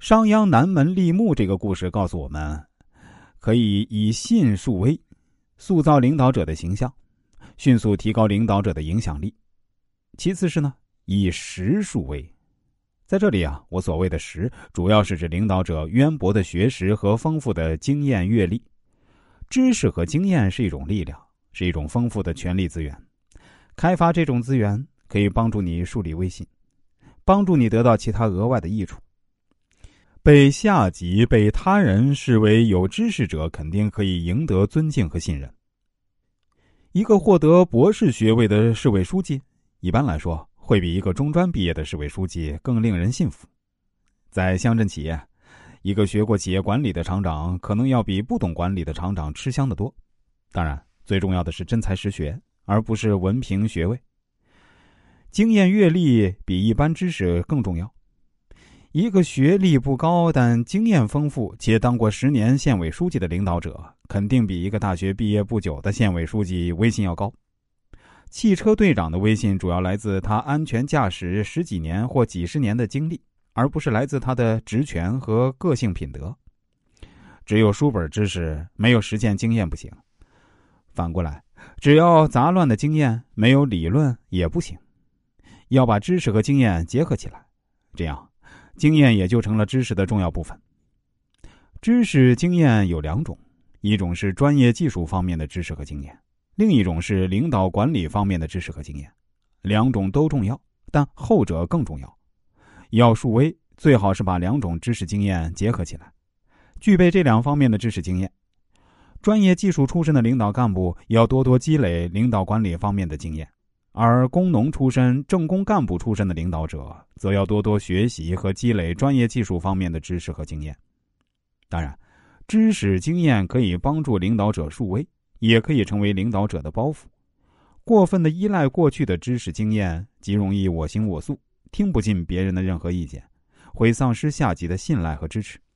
商鞅南门立木这个故事告诉我们，可以以信树威，塑造领导者的形象，迅速提高领导者的影响力。其次是呢，以识树威。在这里啊，我所谓的识，主要是指领导者渊博的学识和丰富的经验阅历。知识和经验是一种力量，是一种丰富的权力资源。开发这种资源可以帮助你树立威信，帮助你得到其他额外的益处。被下级、被他人视为有知识者，肯定可以赢得尊敬和信任。一个获得博士学位的市委书记，一般来说会比一个中专毕业的市委书记更令人信服。在乡镇企业，一个学过企业管理的厂长可能要比不懂管理的厂长吃香得多。当然，最重要的是真才实学，而不是文凭学位。经验阅历比一般知识更重要。一个学历不高但经验丰富且当过10年县委书记的领导者，肯定比一个大学毕业不久的县委书记威信要高。汽车队长的威信主要来自他安全驾驶10几年或几十年的经历，而不是来自他的职权和个性品德。只有书本知识，没有实践经验不行。反过来，只要杂乱的经验，没有理论也不行。要把知识和经验结合起来，这样经验也就成了知识的重要部分。知识经验有2种，一种是专业技术方面的知识和经验，另一种是领导管理方面的知识和经验。2种都重要，但后者更重要。要树威，最好是把2种知识经验结合起来，具备这2方面的知识经验。专业技术出身的领导干部要多多积累领导管理方面的经验，而工农出身、政工干部出身的领导者则要多多学习和积累专业技术方面的知识和经验。当然，知识经验可以帮助领导者树威，也可以成为领导者的包袱。过分的依赖过去的知识经验，极容易我行我素，听不进别人的任何意见，会丧失下级的信赖和支持。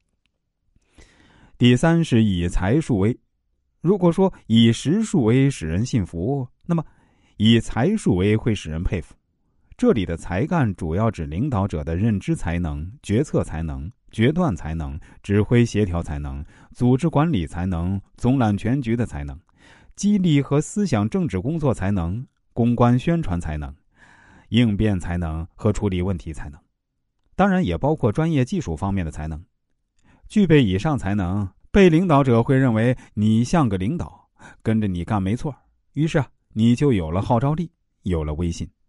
第3是以才树威。如果说以识树威使人信服，那么以才树威会使人佩服。这里的才干主要指领导者的认知才能、决策才能、决断才能、指挥协调才能、组织管理才能、总揽全局的才能、激励和思想政治工作才能、公关宣传才能、应变才能和处理问题才能。当然也包括专业技术方面的才能。具备以上才能，被领导者会认为你像个领导，跟着你干没错，于是你就有了号召力，有了威信。